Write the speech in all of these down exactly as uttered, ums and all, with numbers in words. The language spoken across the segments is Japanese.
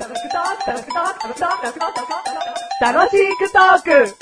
楽しくトーク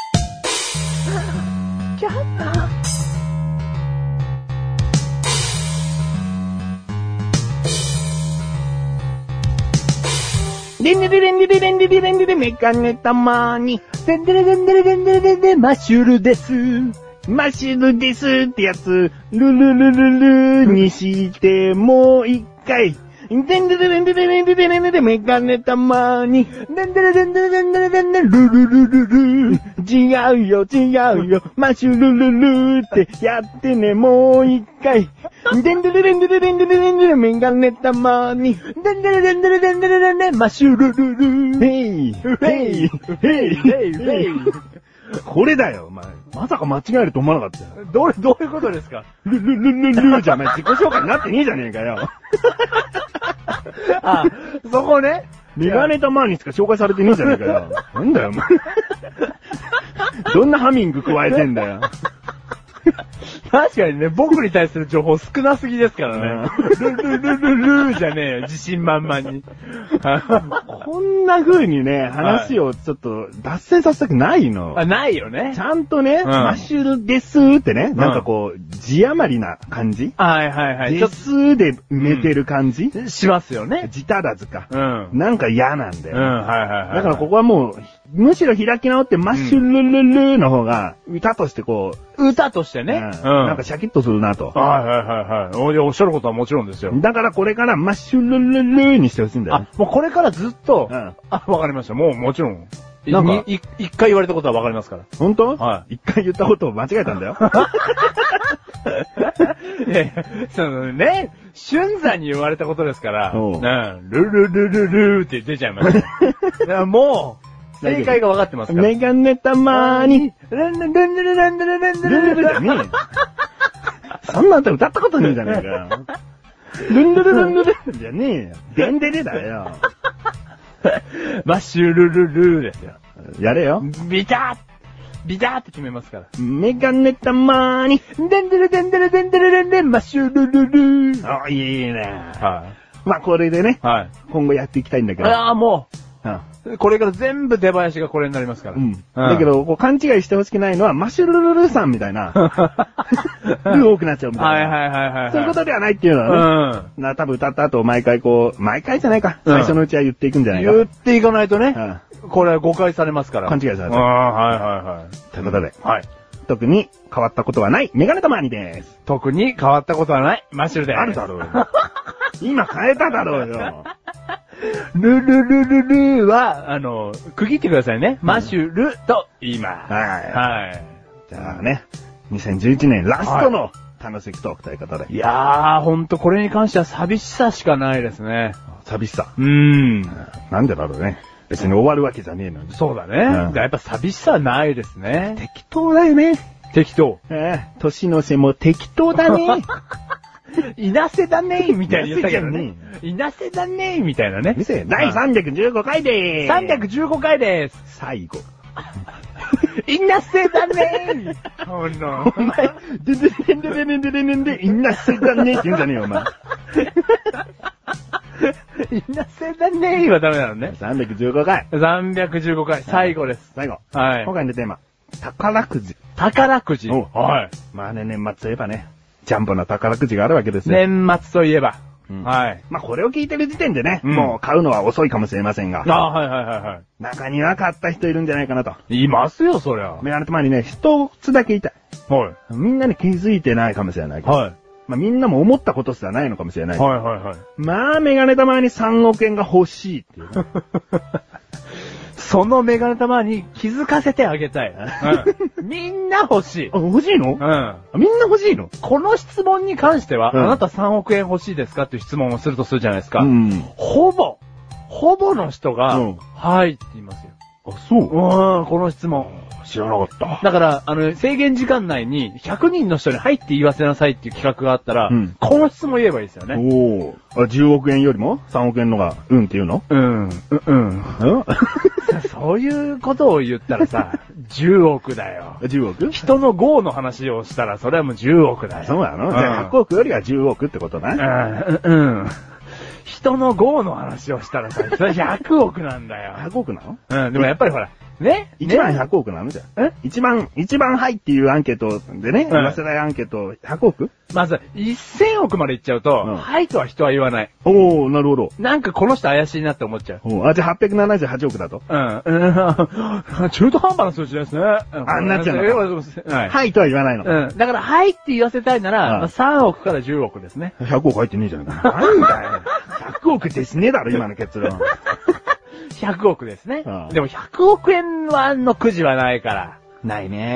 でんでれれんでれれんでれれんでれメガネたまに。でんでれれんでれれんでれれんでマッシュルです。マッシュルですってやつ、ルルルルルにしてもう一回。でんでれれんでれれんでれれんでれメガネたまに。でんでれれんでれれんでれれんでルルルルル。違うよ違うよ。マッシュルルルってやってねもう一回。でんでれれんでれれんでれれんでれメガネたまに。でんでれれんでれれんでれれんでマッシュルルル。ヘイヘイヘイヘイヘイ。これだよ、お前。まさか間違えると思わなかったよ。 どれ、どういうことですか？ ルルルルルルじゃない。自己紹介になってねえじゃねえかよ。 あ、そこね。 メガネたまにしか紹介されてねえじゃねえかよ。なんだよ、お前。どんなハミング加えてんだよ。 確かにね、僕に対する情報少なすぎですからね。ルルルルルじゃねえよ、自信満々に。 こんな風にね、話をちょっと脱線させたくないの。 あ、ないよね。 ちゃんとね、 うん、 マッシュルですってね、うん、なんかこう、字余りな感じ、 はいはいはい。 ですで埋めてる感じ、 うん、しますよね。 字足らずか。 うん。 なんか嫌なんだよ。 うん、はいはいはい。 だからここはもう、むしろ開き直ってマッシュルルルの方が、歌としてこう、歌としてね。 うん。なんかシャキッとするなと。 はいはいはいはい。おっしゃることはもちろんですよ。 だからこれからマッシュルルルにしてほしいんだよ、ね。 あ、もうこれからずっと、 うん。 あ、わかりました。もうもちろん。 なんか、 い、一回言われたことはわかりますから。 本当？ はい。 一回言ったことを間違えたんだよ。 いやいや、そのね、俊さんに言われたことですから、 うん。 ルルルルルーって出ちゃいました。だからもう、正解が分かってますから。 メガネたまーに。 ルンルンルンルンルンルンルンルンルンルンじゃねえよ。そんな歌歌ったことねえじゃねえかよ。ルンルルルンルルンじゃねえよ。デンデレだよ。 マッシュルルルーですよ。 やれよ。 ビタッビターって決めますから。 メガネたまーに。 デンデルデンデルデンデルデンデンマッシュルルルー。 あ、いいね。 はい。 まあこれでね。はい。今後やっていきたいんだけど。 ああ、もう。うん。これから全部出囃子がこれになりますから。 うん。だけど、こう勘違いしてほしくないのは、マッシュルルルさんみたいな。ル多くなっちゃうみたいな。 はいはいはいはい。 そういうことではないっていうのはね。うん。な、多分歌った後毎回こう、毎回じゃないか。最初のうちは言っていくんじゃないか。 言っていかないとね。うん。これは誤解されますから。 勘違いされた。 ああ、はいはいはい。 ということで。 はい。 特に変わったことはない、メガネたまにです。 特に変わったことはない、マッシュルです。 あるだろうよ。今変えただろうよ。 ルルルルルは、あの、区切ってくださいね。マッシュルと言います。 はい。 はい。 じゃあね、にせんじゅういちねんラストの楽しくトークということで。 いやー、ほんとこれに関しては寂しさしかないですね。 寂しさ。 うーん。 なんでだろうね。別に終わるわけじゃねえのに。 そうだね。うん、やっぱ寂しさはないですね。 適当だよね。 適当。 ええ、年の瀬も適当だね。 いなせだねみたいに言ったけどね。いなせだねみたいなね。 だいさんびゃくじゅうごかいでーす。 さんびゃくじゅうごかいです。 最後。 いなせだねー。ほんの。 お前、ででででででででで、いなせだねって言うんじゃねえよ、お前。 いなせだねーはダメなのね。 さんびゃくじゅうごかい。 さんびゃくじゅうごかい。最後です。 最後。 はい。 今回のテーマ。宝くじ。 宝くじ。 はい。まあね、年末といえばね、ジャンボな宝くじがあるわけですよ。 年末といえば。うん、はい。 まあこれを聞いてる時点でね、うん、もう買うのは遅いかもしれませんが。 ああ、はいはいはいはい。 中には買った人いるんじゃないかなと。 いますよ、そりゃ。 メガネと前にね、一つだけ言いたい。 はい。 みんなに気づいてないかもしれないけど。 はい。 まあみんなも思ったことすらないのかもしれない。 はいはいはい。 まあメガネたまにさんおくえんが欲しいっていう、ね。 そのメガネたまに気づかせてあげたい。うん、みんな欲しい。 あ、欲しいの？ うん。 みんな欲しいの？ この質問に関しては、うん、あなたさんおくえん欲しいですかっていう質問をするとするじゃないですか。うん。ほぼ、ほぼの人が、うん、はいって言いますよ。 あ、そう？ うん、この質問。 知らなかった。 だから、あの、制限時間内にひゃくにんの人にはいって言い忘れなさいっていう企画があったら、うん、この質問言えばいいですよね。 おー。あ、じゅうおくえんよりもさんおくえんのが、うんって言うの？ うん、うん、うん。そういうことを言ったらさ、じゅうおくだよ。 じゅうおく？ 人のごの話をしたら、それはもうじゅうおくだよ。 そうなの？うん、じゃあひゃくおくよりはじゅうおくってことね。 うん、うん。 人の号の話をしたらさ、それひゃくおくなんだよ。 ひゃくおくなの？ うん、でもやっぱりほら、ね一番ひゃくおくなのじゃん。え一番、一番はいっていうアンケートでね、言わせないアンケート、ひゃくおく？ まず、せんおくまでいっちゃうと、うん、はいとは人は言わない。 おー、なるほど。 なんかこの人怪しいなって思っちゃう。 おあ、じゃあはっぴゃくななじゅうはちおくだと？ うん。うん、中途半端な数字ですね。 あ、なっちゃうのか。はい。はいとは言わないの。 うん。だから、はいって言わせたいなら、まあ、さんおくからじゅうおくですね。 ひゃくおく入ってねえじゃん。なんだよ。ひゃくおくですねえだろ、今の結論。 ひゃくおくですね。ああでもひゃくおくえんのくじはないから。 ないね。 うん。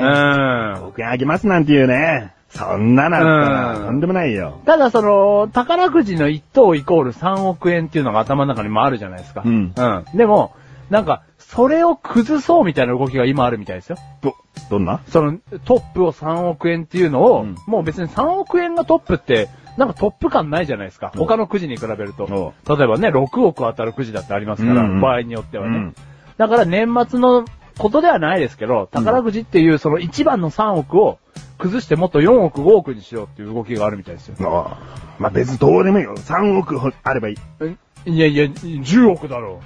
ひゃくおくえんあげますなんて言うね。そんななったら、とんでもないよ。 ただその、宝くじのいっ等イコールさんおくえんっていうのが頭の中にもあるじゃないですか。うん。うん。でも、なんか、それを崩そうみたいな動きが今あるみたいですよ。 ど、どんな？ その、トップをさんおくえんっていうのを、うん、もう別にさんおくえんのトップって、なんかトップ感ないじゃないですか。他のくじに比べると。例えばね、ろくおく当たるくじだってありますから、うんうん、場合によってはね。うん、だから年末のことではないですけど、宝くじっていうそのいちばんのさんおくを崩してもっとよんおく、ごおくにしようっていう動きがあるみたいですよ。 ああまあ別にどうでもいいよ。さんおくあればいい。 いやいや、じゅうおくだろ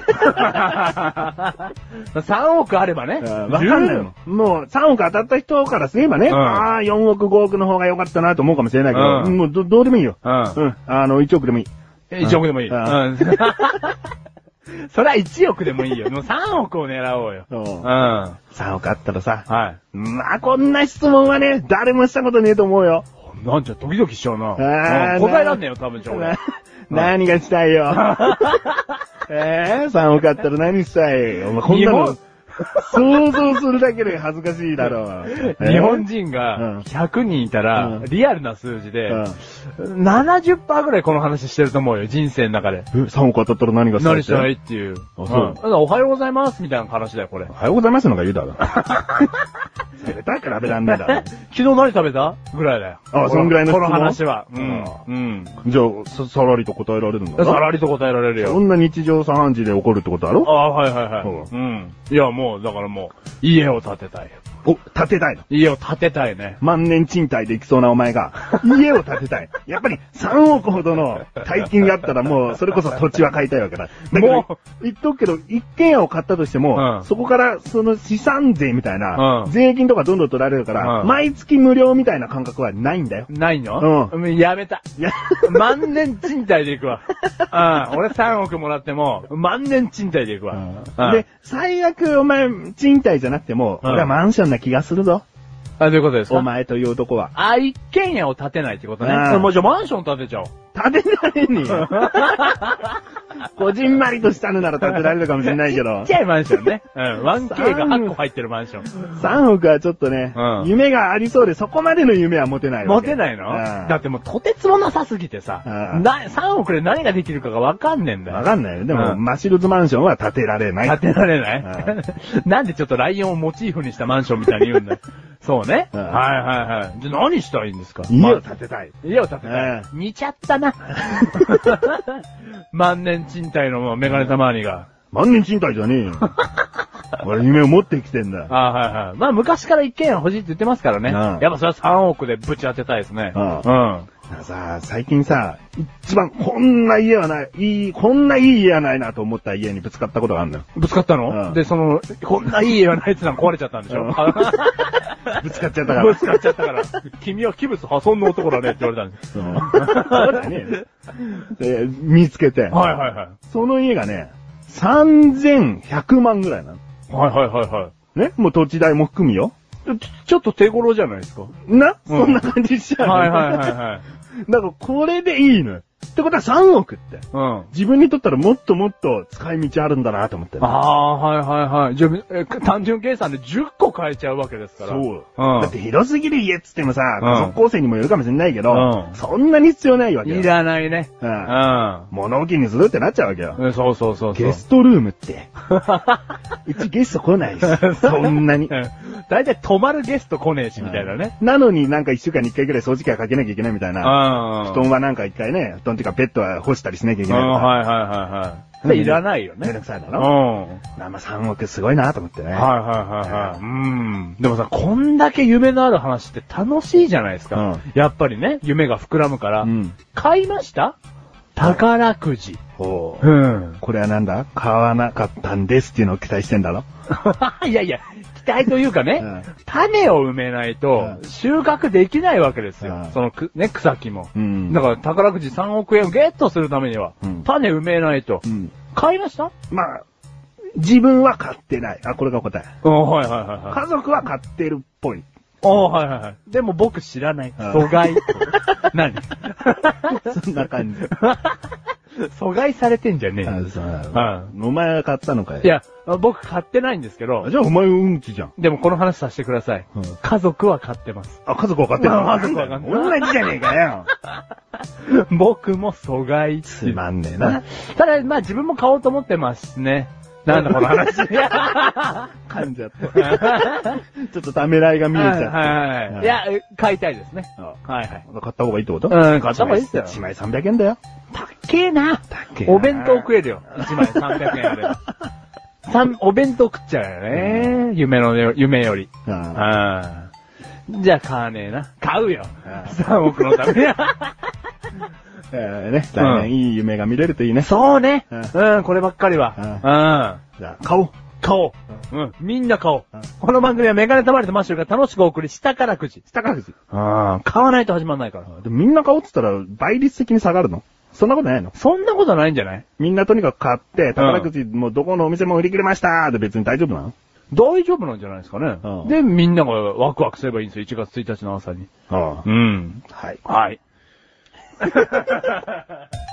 う。さんおくあればね。 わかんないよ。もうさんおく当たった人からすればね、うん、ああ、よんおく、ごおくの方が良かったなと思うかもしれないけど、うん、もう ど, どうでもいいよ。うん。うん。あの、いちおくでもいい。 いちおくでもいい。うん。それはいちおくでもいいよ。もうさんおくを狙おうよ。うん。 さんおくあったらさ。 はい。 まあ、こんな質問はね、誰もしたことねえと思うよ。 なんじゃ、ドキドキしちゃうな。ああ。答えらんねえよ、多分じゃ俺。 何がしたいよ。えー、さんおくあったら何したい？お前こんなの想像するだけで恥ずかしいだろう。 日本人がひゃくにんいたら、リアルな数字で、ななじゅっパーセント ぐらいこの話してると思うよ、人生の中で。 え、さんおく当たったら何がしたい？ 何したいっていう。あ、そう。おはようございますみたいな話だよ、これ。 おはようございますのが言うだろ。食べた比べらんねえだろ。 昨日何食べたぐらいだよ。 あ、そんぐらいの質問。 この話は。うん。うん。 じゃあ、さらりと答えられるんだ。 さらりと答えられるよ。 そんな日常茶飯事で起こるってことあろ？ あ、はいはいはい。うん。いや、もう、だからもう、家を建てたいよ。 お、建てたいの？ 家を建てたいね。 万年賃貸で行きそうなお前が、家を建てたい。やっぱりさんおくほどの大金があったらもう、それこそ土地は買いたいわけだ。だからもう、言っとくけど、一軒家を買ったとしても、うん、そこからその資産税みたいな、うん、税金とかどんどん取られるから、うん、毎月無料みたいな感覚はないんだよ。 ないの？うん。やめた。や万年賃貸で行くわ。うん。俺さんおくもらっても、万年賃貸で行くわ。 うん、で、最悪お前、賃貸じゃなくても、うん、俺はマンションな気がするぞ。 あ、どういうことですか？ お前という男は。 あ、一軒家を建てないってことね。もうじゃあマンション建てちゃおう。 建てられんねえよ。こじんまりとしたのなら建てられるかもしれないけど。 ちっちゃいマンションね。うん。ワンケー がはっこ入ってるマンション。 さんおくはちょっとね、うん、夢がありそうで、そこまでの夢は持てないわけ。持てないの？うん、だってもうとてつもなさすぎてさ、うん、な、さんおくで何ができるかがわかんねえんだよ。 わかんないよ。でも、うん、マシルズマンションは建てられない。 建てられない、うん、なんでちょっとライオンをモチーフにしたマンションみたいに言うんだよ。そうね。うん、はいはいはい。じゃあ何したらいいんですか？ 家を建てたい。 家を建てたい。似ちゃったな。万年賃貸のメガネたまわりが。 万年賃貸じゃねえよ。俺夢を持ってきてんだ。 あはいはい。まあ昔から一軒家欲しいって言ってますからね。やっぱそれはさんおくでぶち当てたいですね。うん。うんさあ、最近さ、一番こんな家はない、いい、こんないい家はないなと思った家にぶつかったことがあるんだよ。 ぶつかったの？うん、で、その、こんないい家はないってのは壊れちゃったんでしょ？うん、 ぶつかっちゃったから。 ぶつかっちゃったから。君は器物破損の男だねって言われたんです。そうだね。で、見つけて。 はいはいはい。 その家がね、さんぜんひゃくまんぐらいなの。 はいはいはいはい。 ね？もう土地代も含むよ。 ちょっと手頃じゃないですか。 な、うん、そんな感じしちゃう、ね。 はいはいはいはい。 だからこれでいいのよ。ってことはさんおくって。うん。自分にとったらもっともっと使い道あるんだなと思って、ね。 ああ、はいはいはい。じゃあ、え、単純計算でじゅっこ買えちゃうわけですから。 そう。うん。だって広すぎる家っつってもさ、家族構成にもよるかもしれないけど、うん、そんなに必要ないわけよ。 いらないね。 うん。うん。物置にするってなっちゃうわけよ。 うん、そうそうそうそう。 ゲストルームって。うちゲスト来ないし。そんなに。 だいたい泊まるゲスト来ねえし、みたいなね。 なのになんか一週間に一回ぐらい掃除機はかけなきゃいけないみたいな。布団はなんか一回ね、布団っていうかベッドは干したりしなきゃいけないとか。 はいはいはいはい。いらないよね。 めんどくさいだろ。うん。まあさんおくすごいなと思ってね。 はいはいはいはい。うん。でもさ、こんだけ夢のある話って楽しいじゃないですか。うん、やっぱりね、夢が膨らむから。うん、買いました？ 宝くじ。 ほう。 うん。 これはなんだ買わなかったんですっていうのを期待してんだろいやいや、期待というかね、 うん、 種を埋めないと収穫できないわけですよ。 うん、 そのく、ね、草木も。 うん、 だから宝くじさんおくえんをゲットするためには、うん、種埋めないと。うん、買いました？ まあ、自分は買ってない。あ、これが答え。 はいはいはいはい。 家族は買ってるっぽい。 おー、はいはいはい。でも僕知らない。阻害。何そんな感じ。 阻害されてんじゃねえよ。 うん。お前が買ったのかよ。 いや、僕買ってないんですけど。 じゃあお前うんちじゃん。 でもこの話させてください。うん、家族は買ってます。 あ、家族は買ってるの？ 家族は買ってる。 同じじゃねえかよ。 僕も阻害。 つまんねえな。 ただ、まあ自分も買おうと思ってますね。なんだこの話。 噛んじゃった。ちょっとためらいが見えちゃった。 はいはい。いや、買いたいですね。はいはい。 買った方がいいってこと？ うん、買った方がいいですよ。 いちまいさんびゃくえんだよ。 たっけえな。たっけえな。お弁当食えるよ。いちまいさんびゃくえんあれば。三、お弁当食っちゃうよね。夢の、夢より。うん。じゃあ買わねえな。買うよ。さんおくのために。 えー、ね、来年いい夢が見れるといいね。 そうね。うん、こればっかりは。うん。 じゃあ、買おう。 買おう。うん。みんな買おう。この番組はメガネたまりとマッシュルが楽しくお送り下からくじ。 下からくじ。 うん。買わないと始まんないから。 でもみんな買おうって言ったら倍率的に下がるの？そんなことないの？ そんなことないんじゃない？ みんなとにかく買って、宝くじもうどこのお店も売り切れましたーって別に大丈夫なの？ 大丈夫なんじゃないですかね。うん、で、みんながワクワクすればいいんですよ。いちがつついたちの朝に。 ああ、 うん。 はい。 はい。